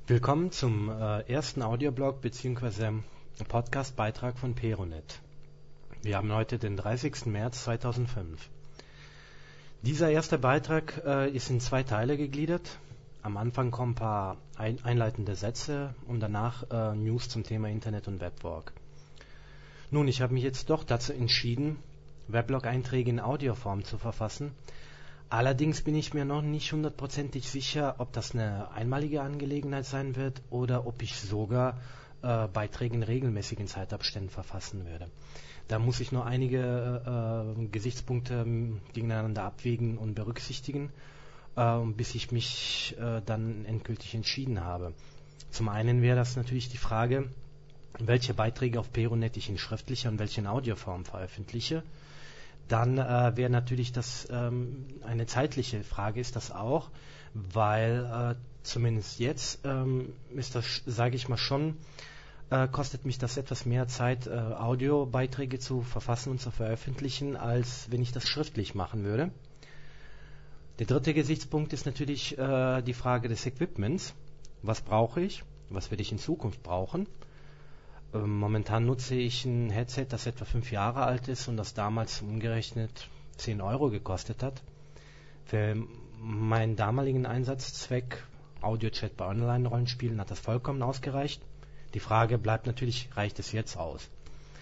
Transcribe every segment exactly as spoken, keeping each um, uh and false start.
Willkommen zum äh, ersten Audioblog bzw. Podcast-Beitrag von Peronet. Wir haben heute den dreißigsten März zweitausendfünf. Dieser erste Beitrag äh, ist in zwei Teile gegliedert. Am Anfang kommen ein paar ein- einleitende Sätze und danach äh, News zum Thema Internet und Webwork. Nun, ich habe mich jetzt doch dazu entschieden, Weblog-Einträge in Audioform zu verfassen. Allerdings bin ich mir noch nicht hundertprozentig sicher, ob das eine einmalige Angelegenheit sein wird oder ob ich sogar äh, Beiträge in regelmäßigen Zeitabständen verfassen werde. Da muss ich noch einige äh, Gesichtspunkte m, gegeneinander abwägen und berücksichtigen, äh, bis ich mich äh, dann endgültig entschieden habe. Zum einen wäre das natürlich die Frage, welche Beiträge auf Peronet ich in schriftlicher und welche in Audioform veröffentliche. Dann äh, wäre natürlich das ähm, eine zeitliche Frage, ist das auch, weil äh, zumindest jetzt ähm, ist das, sage ich mal schon, äh, kostet mich das etwas mehr Zeit, äh, Audiobeiträge zu verfassen und zu veröffentlichen, als wenn ich das schriftlich machen würde. Der dritte Gesichtspunkt ist natürlich äh, die Frage des Equipments. Was brauche ich? Was werde ich in Zukunft brauchen? Momentan nutze ich ein Headset, das etwa fünf Jahre alt ist und das damals umgerechnet zehn Euro gekostet hat. Für meinen damaligen Einsatzzweck, Audio-Chat bei Online-Rollenspielen, hat das vollkommen ausgereicht. Die Frage bleibt natürlich, reicht es jetzt aus?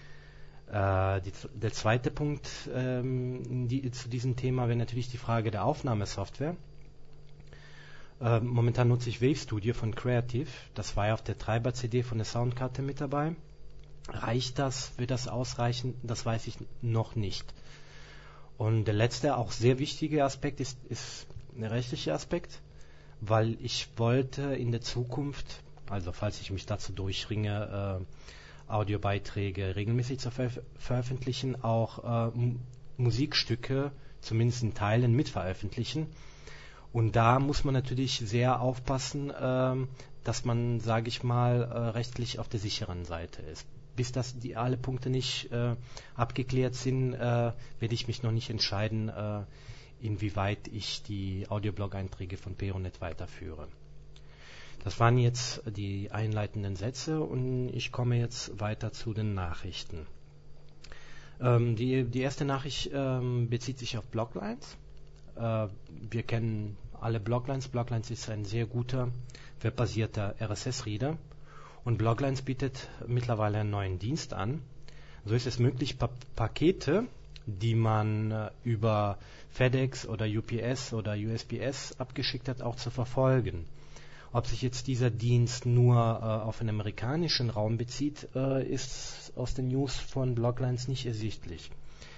Äh, die, der zweite Punkt ähm, die, zu diesem Thema wäre natürlich die Frage der Aufnahmesoftware. Äh, momentan nutze ich Wave Studio von Creative. Das war ja auf der Treiber-C D von der Soundkarte mit dabei. Reicht das? Wird das ausreichen? Das weiß ich noch nicht. Und der letzte, auch sehr wichtige Aspekt ist, ist der rechtliche Aspekt, weil ich wollte in der Zukunft, also falls ich mich dazu durchringe, äh, Audiobeiträge regelmäßig zu ver- veröffentlichen, auch äh, M- Musikstücke, zumindest in Teilen, mitveröffentlichen. Und da muss man natürlich sehr aufpassen, ähm, dass man, sage ich mal, äh, rechtlich auf der sicheren Seite ist. Bis das die alle Punkte nicht äh, abgeklärt sind, äh, werde ich mich noch nicht entscheiden, äh, inwieweit ich die Audioblog-Einträge von Peronet weiterführe. Das waren jetzt die einleitenden Sätze und ich komme jetzt weiter zu den Nachrichten. Ähm, die, die erste Nachricht ähm, bezieht sich auf Bloglines. Wir kennen alle Bloglines. Bloglines ist ein sehr guter webbasierter R S S-Reader und Bloglines bietet mittlerweile einen neuen Dienst an. So ist es möglich, pa- Pakete, die man äh, über FedEx oder U P S oder U S P S abgeschickt hat, auch zu verfolgen. Ob sich jetzt dieser Dienst nur äh, auf den amerikanischen Raum bezieht, äh, ist aus den News von Bloglines nicht ersichtlich.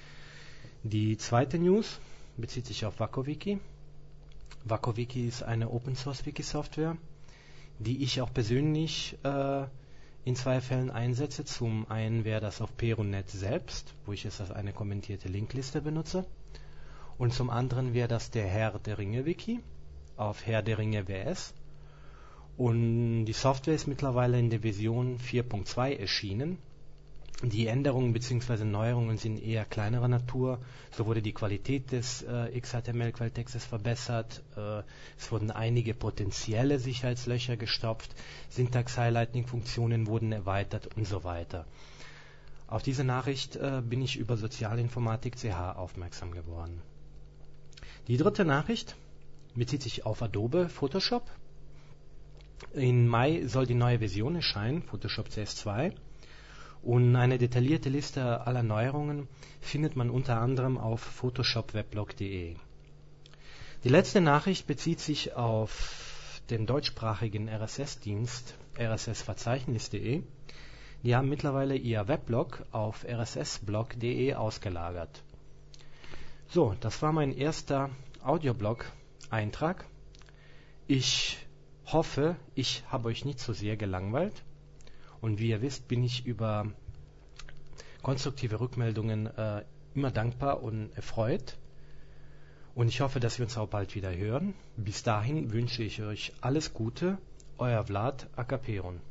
Die zweite News bezieht sich auf WackoWiki. WackoWiki ist eine Open-Source-Wiki-Software, die ich auch persönlich äh, in zwei Fällen einsetze. Zum einen wäre das auf Peronet selbst, wo ich es als eine kommentierte Linkliste benutze. Und zum anderen wäre das der Herr der Ringe-Wiki auf Herr der Ringe W S. Und die Software ist mittlerweile in der Version vier Punkt zwei erschienen. Die Änderungen bzw. Neuerungen sind eher kleinerer Natur. So wurde die Qualität des äh, X H T M L-Quelltextes verbessert. Äh, es wurden einige potenzielle Sicherheitslöcher gestopft. Syntax-Highlighting-Funktionen wurden erweitert und so weiter. Auf diese Nachricht äh, bin ich über Sozialinformatik Punkt C H aufmerksam geworden. Die dritte Nachricht bezieht sich auf Adobe Photoshop. Im Mai soll die neue Version erscheinen, Photoshop C S zwei. Und eine detaillierte Liste aller Neuerungen findet man unter anderem auf photoshop weblog punkt de. Die letzte Nachricht bezieht sich auf den deutschsprachigen R S S-Dienst R S S Verzeichnis punkt de. Die haben mittlerweile ihr Weblog auf r s s blog punkt de ausgelagert. So, das war mein erster Audioblog-Eintrag. Ich hoffe, ich habe euch nicht so sehr gelangweilt. Und wie ihr wisst, bin ich über konstruktive Rückmeldungen äh, immer dankbar und erfreut. Und ich hoffe, dass wir uns auch bald wieder hören. Bis dahin wünsche ich euch alles Gute. Euer Vlad Akaperon.